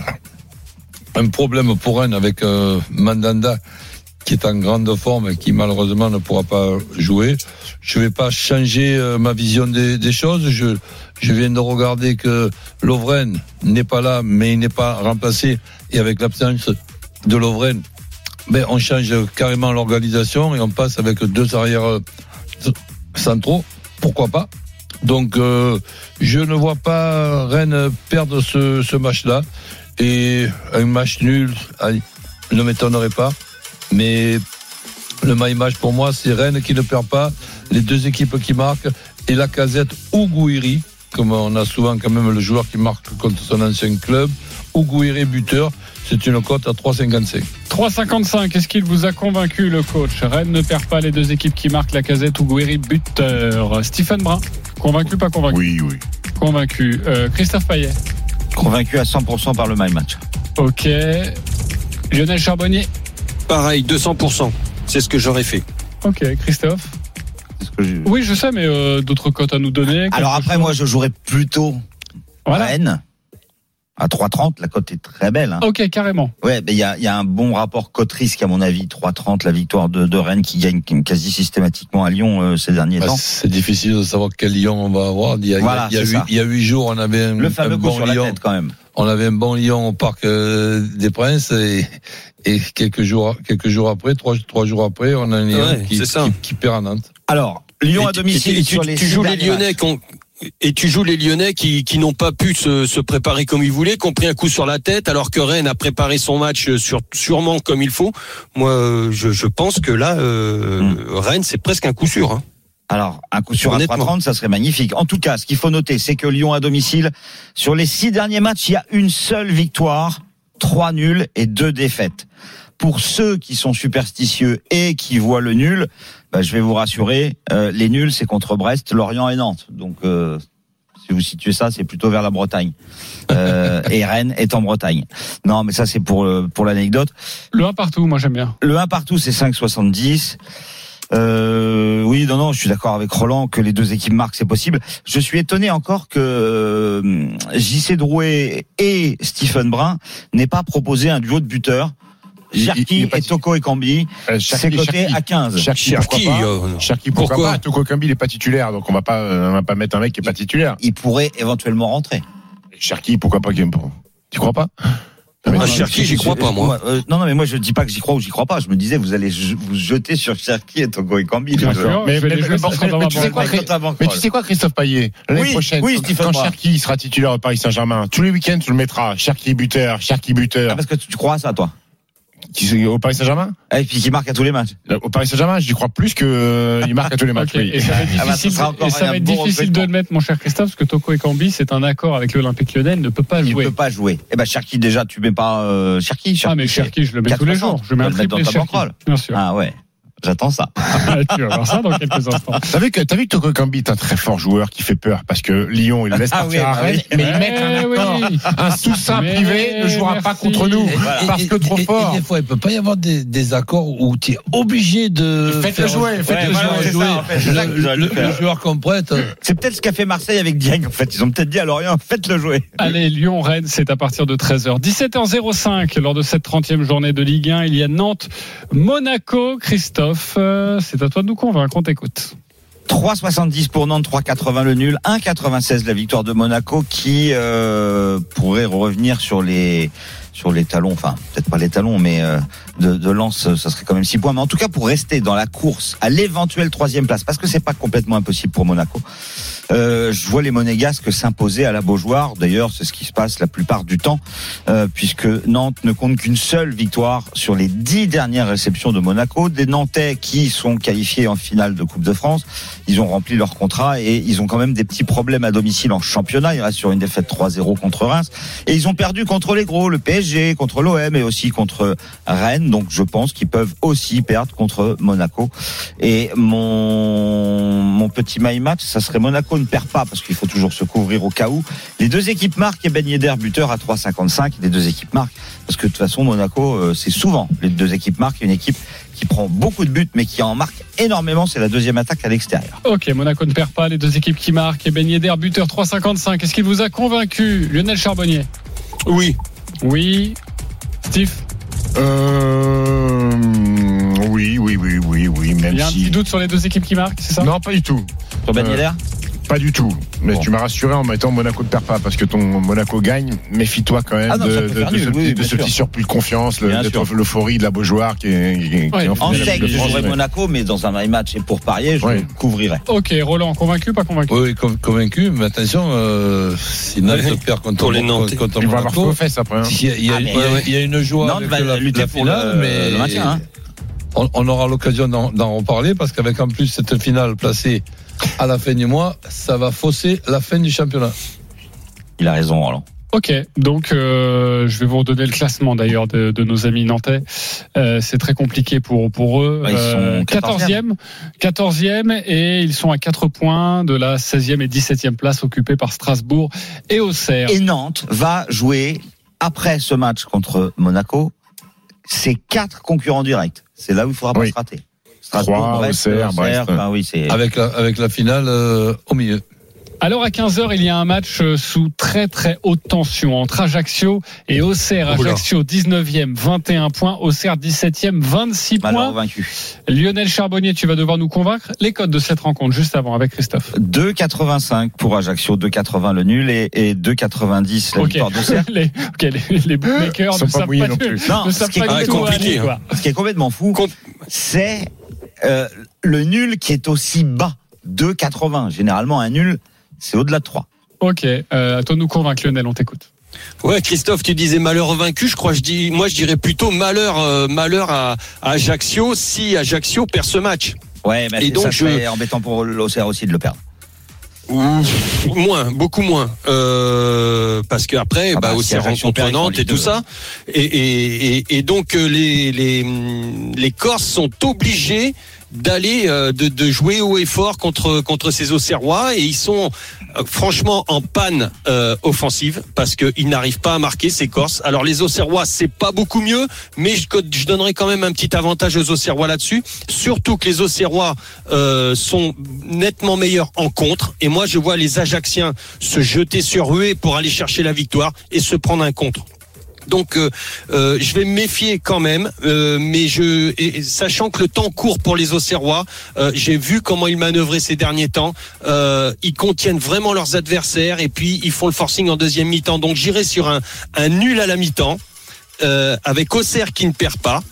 un problème pour Rennes avec euh, Mandanda qui est en grande forme et qui malheureusement ne pourra pas jouer. Je vais pas changer euh, ma vision des, des choses. Je, je viens de regarder que Lovren n'est pas là, mais il n'est pas remplacé. Et avec l'absence de Lovren, ben on change carrément l'organisation et on passe avec deux arrières centraux. Pourquoi pas? Donc euh, je ne vois pas Rennes perdre ce, ce match-là. Et un match nul ne m'étonnerait pas. Mais le my match pour moi, c'est Rennes qui ne perd pas, les deux équipes qui marquent, et Lacazette ou Gouiri, comme on a souvent quand même le joueur qui marque contre son ancien club, ou Gouiri buteur, c'est une cote à trois cinquante-cinq. trois cinquante-cinq, est-ce qu'il vous a convaincu le coach? Rennes ne perd pas, les deux équipes qui marquent, Lacazette ou Gouiri buteur. Stephen Brun, convaincu, pas convaincu? Oui, oui. Convaincu. Euh, Christophe Payet? Convaincu à cent pour cent par le my match. Ok. Lionel Charbonnier? Pareil, deux cents pour cent. C'est ce que j'aurais fait. Ok, Christophe. C'est ce que je... Oui, je sais, mais euh, d'autres cotes à nous donner. Alors après, chose. moi, je jouerais plutôt voilà. Rennes. À trois trente, la cote est très belle. Hein. Ok, carrément. Ouais, il y a, y a un bon rapport cote-risque à mon avis. trois trente, la victoire de, de Rennes qui gagne quasi systématiquement à Lyon euh, ces derniers bah, temps. C'est difficile de savoir quel Lyon on va avoir. Il y a, voilà, il y a, il y a, huit, il y a huit jours, on avait un, le fameux un coup bon sur Lyon. La tête, quand même. On avait un bon Lyon au Parc euh, des Princes et, et quelques jours, quelques jours après, trois, trois jours après, on a un Lyon ouais, qui, qui, qui perd à Nantes. Alors, Lyon et à domicile. Et tu, sur les tu joues les Lyonnais qu'on Et tu joues les Lyonnais qui, qui n'ont pas pu se, se préparer comme ils voulaient, qui ont pris un coup sur la tête, alors que Rennes a préparé son match sur, sûrement comme il faut. Moi, je, je pense que là, euh, mmh. Rennes, c'est presque un coup sûr. Hein. Alors, un coup sûr à trois trente, ça serait magnifique. En tout cas, ce qu'il faut noter, c'est que Lyon à domicile, sur les six derniers matchs, il y a une seule victoire, trois nuls et deux défaites. Pour ceux qui sont superstitieux et qui voient le nul, bah, je vais vous rassurer, euh, les nuls, c'est contre Brest, Lorient et Nantes. Donc, euh, si vous situez ça, c'est plutôt vers la Bretagne. Euh, et Rennes est en Bretagne. Non, mais ça, c'est pour, euh, pour l'anecdote. Le un partout, moi, j'aime bien. Le un partout, c'est cinq soixante-dix. Euh, oui, non, non, je suis d'accord avec Roland que les deux équipes marquent, c'est possible. Je suis étonné encore que euh, J C Drouet et Stephen Brun n'aient pas proposé un duo de buteurs. Cherki et Toko Ekambi, euh, c'est coté à quinze. Cherki, pourquoi pas euh, Cherki, pourquoi, pourquoi pas Toko Ekambi, il est pas titulaire, donc on va pas, euh, on va pas mettre un mec qui est pas titulaire. Il pourrait éventuellement rentrer. Cherki, pourquoi pas Tu crois pas Ah, Cherki, j'y crois pas, moi. Euh, non, non, mais moi, je dis pas que j'y crois ou j'y crois pas. Je me disais, vous allez vous jeter sur Cherki et Toko Ekambi. Mais, mais, mais, mais, mais, tu sais quoi, mais tu sais quoi, Christophe Payet? L'année oui, prochaine, oui, quand Cherki sera titulaire au Paris Saint-Germain, tous les week-ends, tu le mettras. Cherki buteur, Cherki buteur. Ah, parce que tu crois à ça, toi? Qui, au Paris Saint-Germain? Et puis qui marque à tous les matchs. Au Paris Saint-Germain, j'y crois plus que euh, il marque à tous les matchs. Okay. Oui. Et ça va être difficile, ah bah, ça et ça va être bon difficile de le mettre, mon cher Christophe, parce que Toko Ekambi, c'est un accord avec l'Olympique Lyonnais, il ne peut pas jouer. Il ne peut pas jouer. Eh ben Cherki, déjà, tu mets pas euh, Cherki. Ah mais Cherki, je le mets tous les jours. Je mets un triplé Cherki. Bien sûr. Ah ouais. J'attends ça. Tu vas voir ça dans quelques instants. T'as vu que, t'as vu que Toko Ekambi est un très fort joueur qui fait peur parce que Lyon, il le laisse ah partir oui, à Rennes, oui. mais ils mettent un accord. Oui. Un sous-saint privé ne jouera merci. pas contre nous voilà. parce et, que trop et, fort. Et, et des fois, il peut pas y avoir des, des accords où tu es obligé de. Faites-le jouer, faites-le jouer. Le joueur qu'on prête. C'est peut-être ce qu'a fait Marseille avec Dieng, en fait. Ils ont peut-être dit à Lorient, faites-le jouer. Allez, Lyon-Rennes, c'est à partir de treize heures. dix-sept heures zéro cinq, lors de cette trentième journée de Ligue un, il y a Nantes-Monaco. Christophe, c'est à toi de nous convaincre, on t'écoute. trois soixante-dix pour Nantes, trois quatre-vingts le nul, un quatre-vingt-seize la victoire de Monaco qui euh, pourrait revenir sur les sur les talons, enfin peut-être pas les talons, mais euh, de, de Lens, ça serait quand même six points. Mais en tout cas pour rester dans la course à l'éventuelle troisième place, parce que c'est pas complètement impossible pour Monaco. Euh, je vois les Monégasques s'imposer à la Beaujoire. D'ailleurs, c'est ce qui se passe la plupart du temps, euh, puisque Nantes ne compte qu'une seule victoire sur les dix dernières réceptions de Monaco. Des Nantais qui sont qualifiés en finale de Coupe de France. Ils ont rempli leur contrat et ils ont quand même des petits problèmes à domicile en championnat. Ils restent sur une défaite trois zéro contre Reims. Et ils ont perdu contre les gros, le P S G, contre l'O M et aussi contre Rennes. Donc je pense qu'ils peuvent aussi perdre contre Monaco. Et mon, mon petit my match, ça serait Monaco ne perd pas parce qu'il faut toujours se couvrir au cas où. Les deux équipes marquent et Ben Yedder buteur à trois cinquante-cinq. Les deux équipes marquent parce que de toute façon Monaco euh, c'est souvent les deux équipes marquent. Une équipe qui prend beaucoup de buts mais qui en marque énormément, c'est la deuxième attaque à l'extérieur. Ok, Monaco ne perd pas, les deux équipes qui marquent et Ben Yedder buteur trois cinquante-cinq. Est-ce qu'il vous a convaincu, Lionel Charbonnier? Oui. Oui. Steve? Euh... Oui, oui, oui, oui, oui. Même Il y a un si... petit doute sur les deux équipes qui marquent, c'est ça? Non, pas du tout. Sur Ben Yedder? Pas du tout. Mais bon. Tu m'as rassuré en mettant Monaco ne perd pas parce que ton Monaco gagne. Méfie-toi quand même ah non, de, de, de, de ce, oui, de ce petit surplus de confiance, le, l'euphorie de la Beaujoire qui est. Qui est ouais, en sec, je jouerais Monaco, mais dans un match et pour parier, je ouais. couvrirai. Ok, Roland, convaincu, pas convaincu? Oui, convaincu, mais attention, euh, si Nantes ouais. perd contre, les Nantes, contre il va avoir faux fesses après. Hein. Il y a, il y a, ah, il y a, il y a une joie Nantes avec va la, lutter la pour finale, le, mais le maintien. Hein. On, on aura l'occasion d'en, d'en reparler parce qu'avec en plus cette finale placée à la fin du mois, ça va fausser la fin du championnat. Il a raison, Roland. Ok, donc euh, je vais vous redonner le classement d'ailleurs de, de nos amis nantais. Euh, c'est très compliqué pour pour eux. Ils euh, sont quatorzième. quatorzième et ils sont à quatre points de la seizième et dix-septième place occupée par Strasbourg et Auxerre. Et Nantes va jouer après ce match contre Monaco c'est quatre concurrents directs. C'est là où il faudra oui. pas se rater. Strasbourg, Brest, Auxerre, Brest. Ah oui, c'est... Avec la, avec la finale euh, au milieu. Alors à quinze heures, il y a un match sous très très haute tension entre Ajaccio et Auxerre. Ajaccio dix-neuvième, vingt et un points. Auxerre dix-septième, vingt-six points. Vaincu. Lionel Charbonnier, tu vas devoir nous convaincre. Les codes de cette rencontre juste avant avec Christophe. deux virgule quatre-vingt-cinq pour Ajaccio, deux virgule quatre-vingts le nul et, et deux virgule quatre-vingt-dix la okay. victoire d'Auxerre. les, okay, les, les bookmakers ne savent pas, non plus. Non, ne ce savent qui est pas du tout compliqué. aller, Ce qui est complètement fou, c'est euh, le nul qui est aussi bas, deux virgule quatre-vingts. Généralement, un nul, c'est au-delà de trois. Ok, euh, à toi de nous convaincre, Lionel, on t'écoute. Ouais, Christophe, tu disais malheur vaincu. Je crois, je dis, moi, je dirais plutôt malheur, euh, malheur à, à Ajaccio si Ajaccio perd ce match. Ouais, mais et donc ça je... serait embêtant pour l'Auxerre aussi de le perdre. Moins, beaucoup moins, euh, parce qu'après, ah bah, bah, Auxerre rencontre Nantes et tout ça, et, et, et, et donc les, les les Corses sont obligés d'aller euh, de, de jouer haut et fort contre contre ces Auxerrois et ils sont euh, franchement en panne euh, offensive parce que ils n'arrivent pas à marquer ces Corses. Alors les Auxerrois c'est pas beaucoup mieux, mais je, je donnerais quand même un petit avantage aux Auxerrois là-dessus. Surtout que les Auxerrois euh, sont nettement meilleurs en contre et moi je vois les Ajacciens se jeter sur eux pour aller chercher la victoire et se prendre un contre. Donc euh, euh, je vais me méfier quand même, euh, mais je, et, sachant que le temps court pour les Auxerrois, euh, j'ai vu comment ils manœuvraient ces derniers temps. Euh, ils contiennent vraiment leurs adversaires et puis ils font le forcing en deuxième mi-temps. Donc j'irai sur un, un nul à la mi-temps euh, avec Auxerre qui ne perd pas.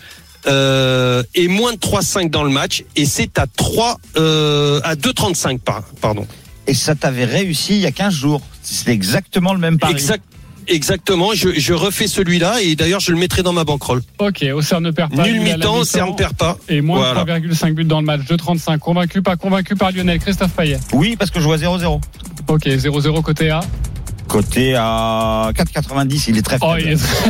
Euh, et moins de trois virgule cinq dans le match et c'est à trois euh, à deux virgule trente-cinq pardon. Et ça t'avait réussi il y a quinze jours. C'est exactement le même pari. Exact. Exactement, je, je refais celui-là et d'ailleurs je le mettrai dans ma banquerolle. Ok, Auxerre ne perd pas. Nul mi-temps, Auxerre ne perd pas. Et moins voilà. de trois virgule cinq buts dans le match, deux virgule trente-cinq. Convaincu, pas convaincu par Lionel. Christophe Payet. Oui, parce que je vois zéro zéro. Ok, zéro zéro côté A. Côté à quatre virgule quatre-vingt-dix, il est très faible. Oh, il est très...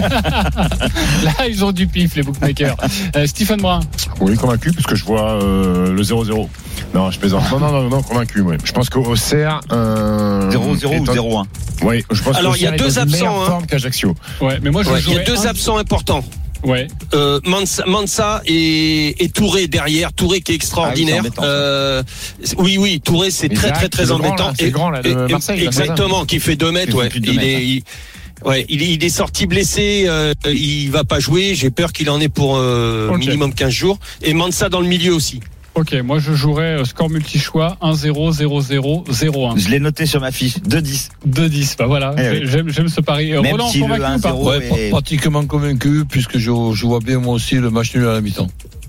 Là, ils ont du pif, les bookmakers. Euh, Stephen Brun. Oui, convaincu, parce que je vois euh, le zéro zéro. Non, je plaisante. Non, non, non, non, convaincu, oui. Je pense qu'Auxerre. Euh, zéro zéro ou zéro un. Oui, je pense alors, il y a deux absents. Hein. qu'Ajaccio. Ouais, mais moi, je ouais, il y a deux un... absents importants. Ouais. Euh, Mansa, Mansa et, et Touré derrière. Touré qui est extraordinaire. Ah oui, euh, oui, oui, Touré c'est très, très, très, très embêtant. C'est grand, là, de et, Marseille. Exactement, là, qui fait deux mètres, ouais. Il est, il, ouais, il est, il est sorti blessé. Euh, il va pas jouer. J'ai peur qu'il en ait pour euh, okay. minimum quinze jours. Et Mansa dans le milieu aussi. Ok, moi je jouerais euh, score multi-choix un zéro, zéro zéro, zéro un. Je l'ai noté sur ma fiche, deux dix. deux dix, bah voilà, eh oui. j'aime, j'aime ce pari. Même Roland, si convaincu ou pas? Ouais, est... pratiquement convaincu, puisque je, je vois bien moi aussi le match nul à la mi-temps.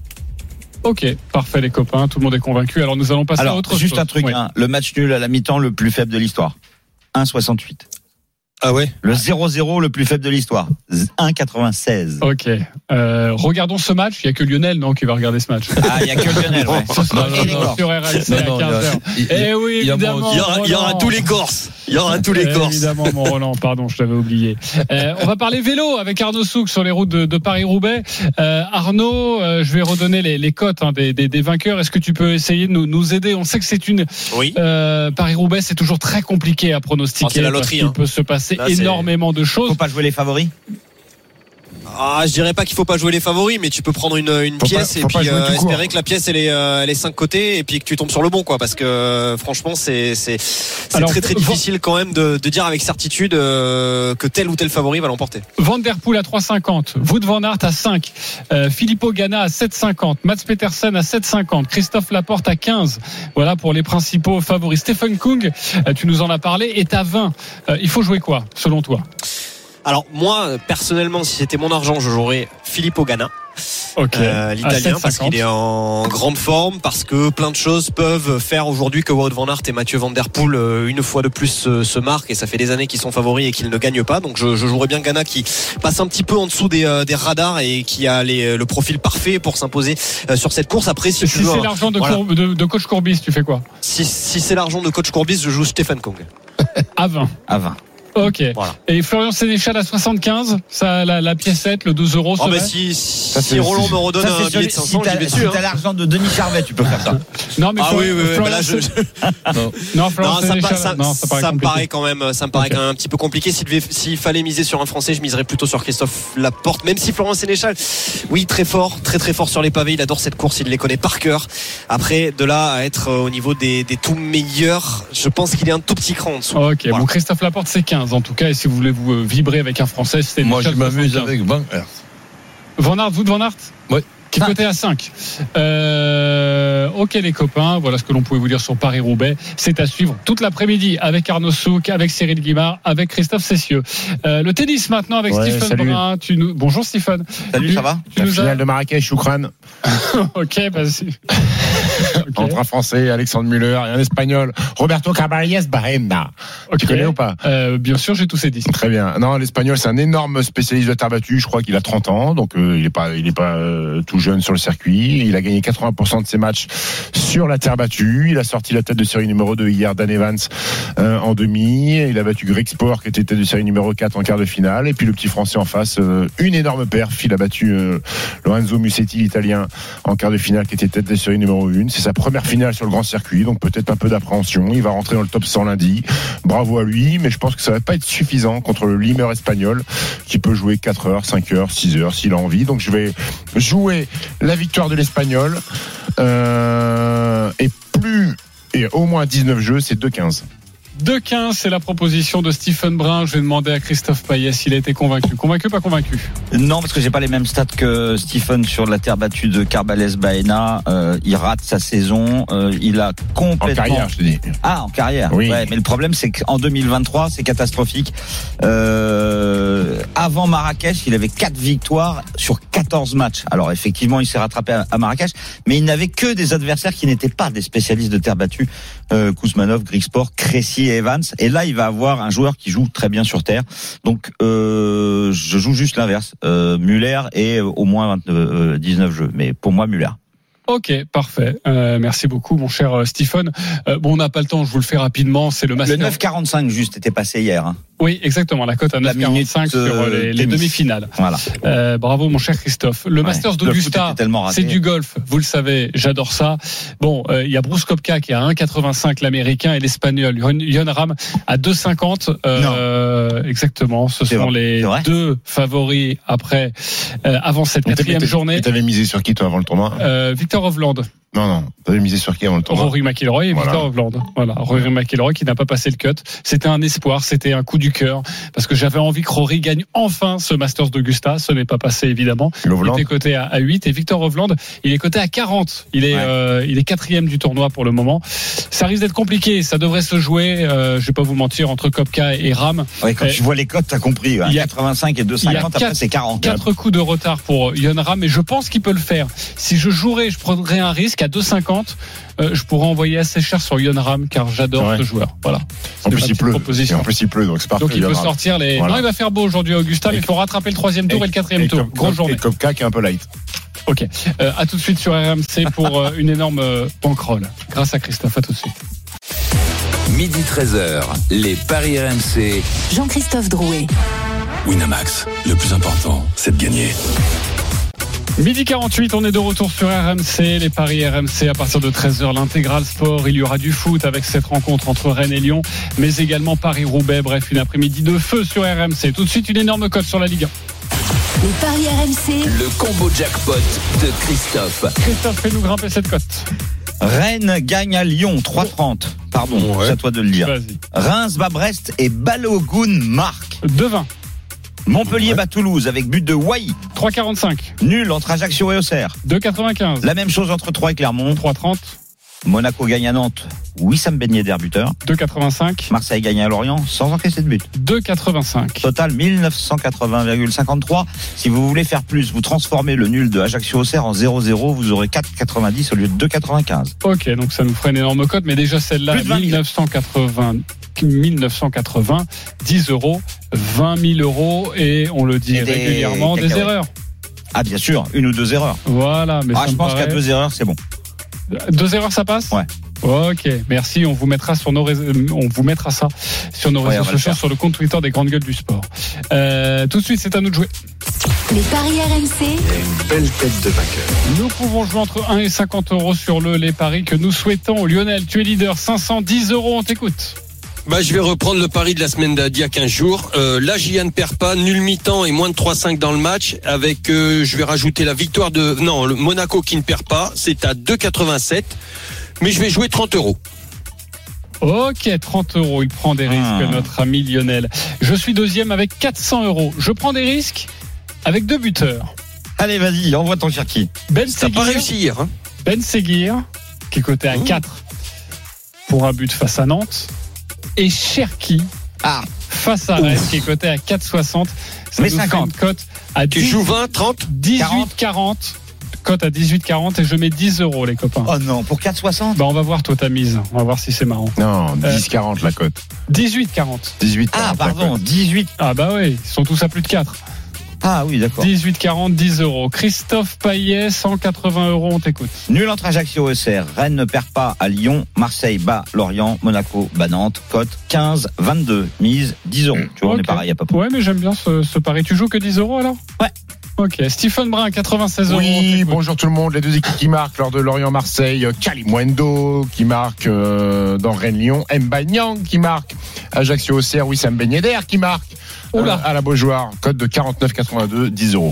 Ok, parfait les copains, tout le monde est convaincu. Alors nous allons passer Alors, à autre juste chose. un truc, oui. hein, le match nul à la mi-temps le plus faible de l'histoire, un virgule soixante-huit. Ah ouais. Le zéro zéro le plus faible de l'histoire, un virgule quatre-vingt-seize. Ok. Euh, regardons ce match. Il n'y a que Lionel, non, qui va regarder ce match. Ah, il n'y a que Lionel, ouais. Ce sera non, non, non. sur R M C non, non, à quinze heures. Eh oui, évidemment. Il y aura, il y aura tous les Corses. Il y aura tous les Corses. Évidemment, mon Roland, pardon, je t'avais oublié. Euh, on va parler vélo avec Arnaud Souk sur les routes de, de Paris-Roubaix. Euh, Arnaud, euh, je vais redonner les, les cotes hein, des, des, des vainqueurs. Est-ce que tu peux essayer de nous, nous aider? On sait que c'est une oui. euh, Paris-Roubaix, c'est toujours très compliqué à pronostiquer. Oh, c'est la loterie. Il hein. peut se passer Là, énormément de choses. Faut pas jouer les favoris. Ah, je dirais pas qu'il faut pas jouer les favoris, mais tu peux prendre une, une pièce pas, et puis euh, espérer que la pièce elle est, euh, elle est cinq côtés et puis que tu tombes sur le bon, quoi. Parce que euh, franchement, c'est c'est c'est Alors, très très difficile quand même de, de dire avec certitude euh, que tel ou tel favori va l'emporter. Van der Poel à trois cinquante, Wout van Aert à cinq, euh, Filippo Ganna à sept cinquante, Mats Petersen à sept cinquante, Christophe Laporte à quinze. Voilà pour les principaux favoris. Stephen Kung, euh, tu nous en as parlé, est à vingt. Euh, il faut jouer quoi, selon toi? Alors moi personnellement, si c'était mon argent, je jouerais Filippo Ganna, okay. euh, l'italien, parce qu'il est en grande forme, parce que plein de choses peuvent faire aujourd'hui que Wout van Aert et Mathieu Van Der Poel euh, une fois de plus se, se marquent, et ça fait des années qu'ils sont favoris et qu'ils ne gagnent pas. Donc je, je jouerais bien Ganna qui passe un petit peu en dessous des, euh, des radars et qui a les, le profil parfait pour s'imposer euh, sur cette course. Après, si, si tu veux, c'est l'argent de, voilà. Cour, de, de coach Courbis, tu fais quoi? Si, si c'est l'argent de coach Courbis, je joue Stephen Kung à vingt. À vingt. Ok. Voilà. Et Florian Sénéchal à soixante-quinze, ça, la, la piécette, le deux euros. Oh bah si, si, ça, si Roland me redonne ça, un billet de cinq cents, si j'y vais dessus. Si hein. t'as l'argent de Denis Charvet, tu peux faire ça. Non, mais ah Florian, oui, oui, oui. Bah là, je... non, non, Florian non, ça, Sénéchal, ça, non, ça, paraît ça me paraît quand même, ça me paraît okay. quand même un petit peu compliqué. S'il, devait, s'il fallait miser sur un Français, je miserais plutôt sur Christophe Laporte. Même si Florian Sénéchal, oui, très fort, très très fort sur les pavés. Il adore cette course, il les connaît par cœur. Après, de là à être au niveau des, des tout meilleurs, je pense qu'il est un tout petit cran en dessous. Ok, voilà. Bon, Christophe Laporte, c'est quinze en tout cas. Et si vous voulez vous vibrer avec un Français, c'est moi je m'amuse avec Van Aert. Van Aert, vous de Van Aert? Oui. Qui est coté à cinq. Euh, ok les copains, voilà ce que l'on pouvait vous dire sur Paris-Roubaix. C'est à suivre toute l'après-midi avec Arnaud Souk, avec Cyril Guimard, avec Christophe Cessieux. Euh, le tennis maintenant avec ouais, Stephen salut. Brun. Tu nous... Bonjour Stephen. Salut, tu, ça va La finale as... de Marrakech, Choukran. Ok, vas-y. Okay. Entre un Français, Alexandre Müller, et un Espagnol, Roberto Caballes Baena. Okay. Tu connais ou pas euh, Bien sûr, j'ai tous ces dix. Très bien. Non, l'Espagnol, c'est un énorme spécialiste de terre battue. Je crois qu'il a trente ans, donc euh, il n'est pas, il est pas euh, tout jeune sur le circuit. Il a gagné quatre-vingts pour cent de ses matchs sur la terre battue. Il a sorti la tête de série numéro deux hier, Dan Evans, euh, en demi. Il a battu Greg Sport, qui était tête de série numéro quatre en quart de finale. Et puis le petit Français en face, euh, une énorme perf. Il a battu euh, Lorenzo Musetti, l'Italien, en quart de finale, qui était tête de série numéro un. C'est sa première finale sur le grand circuit, donc peut-être un peu d'appréhension. Il va rentrer dans le top cent lundi. Bravo à lui, mais je pense que ça va pas être suffisant contre le limeur espagnol, qui peut jouer quatre heures, cinq heures, six heures s'il a envie. Donc je vais jouer la victoire de l'Espagnol, euh, et plus, et au moins dix-neuf jeux, c'est deux quinze. deux quinze, c'est la proposition de Stephen Brun. Je vais demander à Christophe Payet s'il a été convaincu. Convaincu, pas convaincu? Non, parce que j'ai pas les mêmes stats que Stephen sur la terre battue de Carbales Baena. Euh, il rate sa saison. Euh, il a complètement. En carrière, je te dis. Ah, en carrière. Oui. Ouais, mais le problème, c'est qu'en deux mille vingt-trois, c'est catastrophique. Euh, avant Marrakech, il avait quatre victoires sur quatorze matchs. Alors effectivement, il s'est rattrapé à, à Marrakech, mais il n'avait que des adversaires qui n'étaient pas des spécialistes de terre battue. Euh, Kouzmanov, Grigsport, Crécy et Evans. Et là, il va avoir un joueur qui joue très bien sur terre. Donc, euh, je joue juste l'inverse. Euh, Muller et au moins vingt-neuf, euh, dix-neuf jeux. Mais pour moi, Muller. Ok, parfait. Euh, merci beaucoup, mon cher Stephen. Euh, bon, on n'a pas le temps, je vous le fais rapidement. C'est le Master. Le neuf quarante-cinq juste était passé hier. Hein. Oui, exactement. La cote à neuf quarante-cinq sur euh, les, les demi-finales. Voilà. Euh, bravo, mon cher Christophe. Le ouais. Masters d'Augusta, c'est du golf. Vous le savez, j'adore ça. Bon, il euh, y a Bruce Koepka qui est à un quatre-vingt-cinq, l'américain, et l'espagnol Jon Rahm à deux cinquante. Euh, exactement. Ce c'est sont vrai. les deux favoris après, euh, avant cette quatrième journée. Tu avais misé sur qui, toi, avant le tournoi? euh, Victor Hovland. Non, non. Tu avais misé sur qui avant le tournoi? Rory McIlroy et voilà. Victor Hovland. Voilà. Rory McIlroy qui n'a pas passé le cut. C'était un espoir, c'était un coup du cœur, parce que j'avais envie que Rory gagne enfin ce Masters d'Augusta. Ce n'est pas passé, évidemment. Hovland. Il était coté à, à huit et Victor Hovland, il est coté à quarante. Il est, ouais. euh, il est quatrième du tournoi pour le moment. Ça risque d'être compliqué. Ça devrait se jouer, euh, je vais pas vous mentir, entre Koepka et Rahm. Ouais, quand euh, tu vois les cotes, t'as compris. Hein, il y a quatre-vingt-cinq et deux cinquante, après c'est quarante. Quatre coups de retard pour Jon Rahm, mais je pense qu'il peut le faire. Si je jouerais, je prendrais un risque à deux cinquante. Euh, je pourrais envoyer assez cher sur Jon Rahm, car j'adore ouais. ce joueur. Voilà. En plus, il pleut. En plus, il pleut, donc c'est parfait. Donc il peut sortir les. Voilà. Non, il va faire beau aujourd'hui à Augusta, mais il faut rattraper le troisième tour et, et le quatrième et tour. Grosse journée. Et Koepka qui est un peu light. Ok. Euh, à tout de suite sur R M C pour euh, une énorme euh, bankroll. Grâce à Christophe. À tout de suite. Midi treize heures, les paris R M C. Jean-Christophe Drouet. Winamax, le plus important, c'est de gagner. Midi quarante-huit, on est de retour sur R M C, les paris R M C à partir de treize heures, l'intégral sport, il y aura du foot avec cette rencontre entre Rennes et Lyon, mais également Paris-Roubaix, bref, une après-midi de feu sur R M C. Tout de suite, une énorme cote sur la Ligue un. Les paris R M C. Le combo jackpot de Christophe. Christophe, fais-nous grimper cette cote. Rennes gagne à Lyon, trois trente. Pardon, ouais. C'est à toi de le dire. Vas-y. Reims bat Brest et Balogun marque. deux vingt. Montpellier ouais. bat Toulouse avec but de Wai. trois quarante-cinq. Nul entre Ajaccio et Auxerre. deux quatre-vingt-quinze. La même chose entre Troyes et Clermont. trois trente. Monaco gagne à Nantes. Wissam Ben Yedder buteur. deux quatre-vingt-cinq. Marseille gagne à Lorient sans encaisser de but. deux quatre-vingt-cinq. Total mille neuf cent quatre-vingts virgule cinquante-trois. Si vous voulez faire plus, vous transformez le nul de Ajaccio-Auxerre en zéro zéro. Vous aurez quatre quatre-vingt-dix au lieu de deux quatre-vingt-quinze. Ok, donc ça nous ferait une énorme cote, mais déjà celle-là, mille neuf cent quatre-vingts. mille neuf cent quatre-vingts, dix euros, vingt mille euros, et on le dit et des régulièrement, des erreurs. Ah, bien sûr, une ou deux erreurs. Voilà, mais ah, je pense paraît... qu'à deux erreurs, c'est bon. Deux erreurs, ça passe ? Ouais. Ok, merci. On vous mettra sur nos réseaux, on vous mettra ça sur nos réseaux ouais, sociaux, sur le compte Twitter des Grandes Gueules du Sport. Euh, tout de suite, c'est à nous de jouer. Les paris R M C. Il y a une belle tête de vainqueur. Nous pouvons jouer entre un et cinquante euros sur le les paris que nous souhaitons. Lionel, tu es leader, cinq cent dix euros. On t'écoute. Bah, je vais reprendre le pari de la semaine d'il y a quinze jours. Euh, la J A ne perd pas, nul mi-temps et moins de trois virgule cinq dans le match. Avec, euh, je vais rajouter la victoire de, non, le Monaco qui ne perd pas. C'est à deux virgule quatre-vingt-sept. Mais je vais jouer trente euros. Ok, trente euros. Il prend des risques, ah. notre ami Lionel. Je suis deuxième avec quatre cents euros. Je prends des risques avec deux buteurs. Allez, vas-y, envoie ton Cherki. Ben Ça n'a pas réussi hier. Hein. Ben Seguir, qui est coté à mmh. quatre pour un but face à Nantes. Et Cherki ah. face à Rennes, qui est coté à quatre virgule soixante. Ça mais nous cinquante. fait une cote à tu dix, joues vingt, trente, dix-huit quarante. Cote à dix-huit quarante et je mets dix euros, les copains. Oh non, pour quatre virgule soixante. Bah, on va voir, toi, ta mise. On va voir si c'est marrant. Non, dix quarante euh, la cote. dix-huit quarante. dix-huit quarante. Ah, pardon, dix-huit. Ah, bah oui, ils sont tous à plus de quatre. Ah oui, d'accord. dix-huit quarante, dix euros. Christophe Payet, cent quatre-vingts euros, on t'écoute. Nul entre Ajaccio et Auxerre. Rennes ne perd pas à Lyon. Marseille bat Lorient. Monaco bat Nantes. Cote quinze vingt-deux. Mise dix euros. Tu vois, okay. On est pareil à peu près. Ouais, mais j'aime bien ce, ce pari. Tu joues que dix euros alors? Ouais. Ok, Stephen Brun, quatre-vingt-seize euros. Oui, bonjour tout le monde. Les deux équipes qui marquent lors de Lorient-Marseille, Kalimundo qui marque euh, dans Rennes-Lyon, Mba Niang qui marque, Ajaccio-Auxerre, Wissam Ben Yedder qui marque euh, à la Beaujoire, code de quarante-neuf quatre-vingt-deux, dix euros.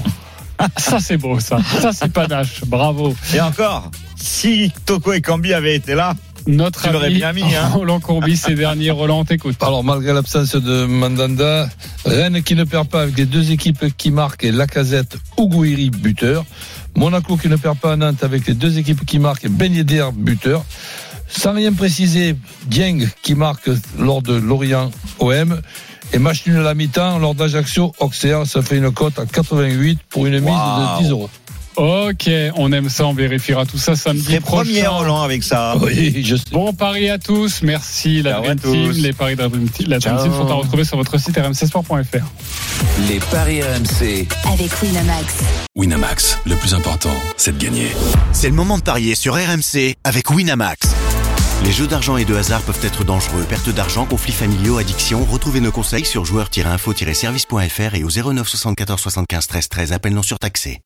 Ça c'est beau ça, ça c'est panache, bravo. Et encore, si Toko Ekambi avaient été là, notre tu ami bien mis, hein. Roland Courbis ces derniers. Roland, t'écoute. Alors malgré l'absence de Mandanda, Rennes qui ne perd pas avec les deux équipes qui marquent et Lacazette ou Gouiri buteur. Monaco qui ne perd pas à Nantes avec les deux équipes qui marquent et Ben Yedder buteur. Sans rien préciser, Dieng qui marque lors de Lorient O M. Et match nul à la mi-temps lors d'Ajaccio Auxerre. Ça fait une cote à quatre-vingt-huit pour une mise wow. de dix euros. Ok, on aime ça, on vérifiera tout ça samedi prochain. Premier Roland avec ça. Oui, je sais. Bon pari à tous, merci la Dream Team. Les paris de la Dream Team, la Dream Team sont à retrouver sur votre site r m c sport point f r. Les paris R M C avec Winamax. Winamax, le plus important, c'est de gagner. C'est le moment de parier sur R M C avec Winamax. Les jeux d'argent et de hasard peuvent être dangereux. Perte d'argent, conflits familiaux, addiction. Retrouvez nos conseils sur joueurs tiret info tiret service point f r et au zéro neuf soixante-quatorze soixante-quinze treize treize. Appel non surtaxé.